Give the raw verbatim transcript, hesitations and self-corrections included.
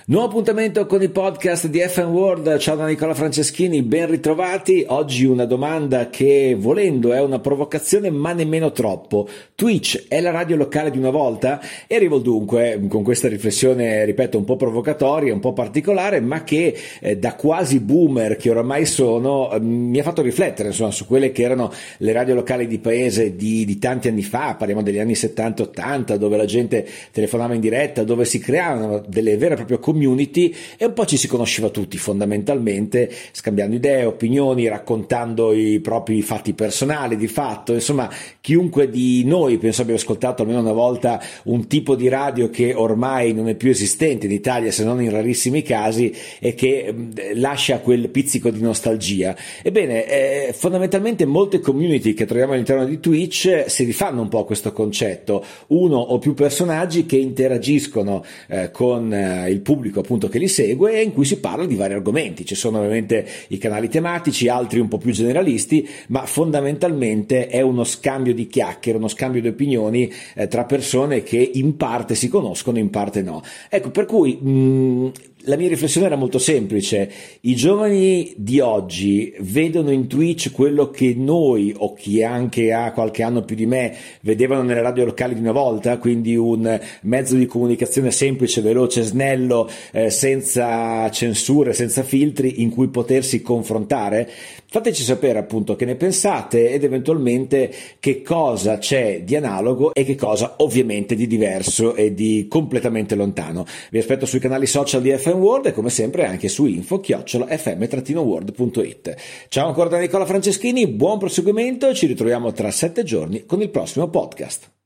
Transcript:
Nuovo appuntamento con i podcast di F M World. Ciao da Nicola Franceschini, ben ritrovati. Oggi una domanda che, volendo, è una provocazione ma nemmeno troppo. Twitch è la radio locale di una volta? E arrivo dunque con questa riflessione, ripeto, un po' provocatoria, un po' particolare, ma che eh, da quasi boomer che oramai sono, eh, mi ha fatto riflettere insomma su quelle che erano le radio locali di paese di, di tanti anni fa. Parliamo degli anni settanta ottanta, dove la gente telefonava in diretta, dove si creavano delle vere e proprie community e un po' ci si conosceva tutti fondamentalmente, scambiando idee, opinioni, raccontando i propri fatti personali di fatto. Insomma, chiunque di noi penso abbia ascoltato almeno una volta un tipo di radio che ormai non è più esistente in Italia, se non in rarissimi casi, e che lascia quel pizzico di nostalgia. Ebbene, eh, fondamentalmente molte community che troviamo all'interno di Twitch si rifanno un po' a questo concetto: uno o più personaggi che interagiscono eh, con eh, il pubblico appunto che li segue, e in cui si parla di vari argomenti. Ci sono ovviamente i canali tematici, altri un po' più generalisti, ma fondamentalmente è uno scambio di chiacchiere, uno scambio di opinioni eh, tra persone che in parte si conoscono, in parte no. Ecco, per cui mh, la mia riflessione era molto semplice: i giovani di oggi vedono in Twitch quello che noi, o chi anche ha qualche anno più di me, vedevano nelle radio locali di una volta, quindi un mezzo di comunicazione semplice, veloce, snello, eh, senza censure, senza filtri, in cui potersi confrontare. Fateci sapere appunto che ne pensate, ed eventualmente che cosa c'è di analogo e che cosa ovviamente di diverso e di completamente lontano. Vi aspetto sui canali social di F M World e come sempre anche su info chiocciola fm-world punto it. Ciao ancora da Nicola Franceschini, buon proseguimento e ci ritroviamo tra sette giorni con il prossimo podcast.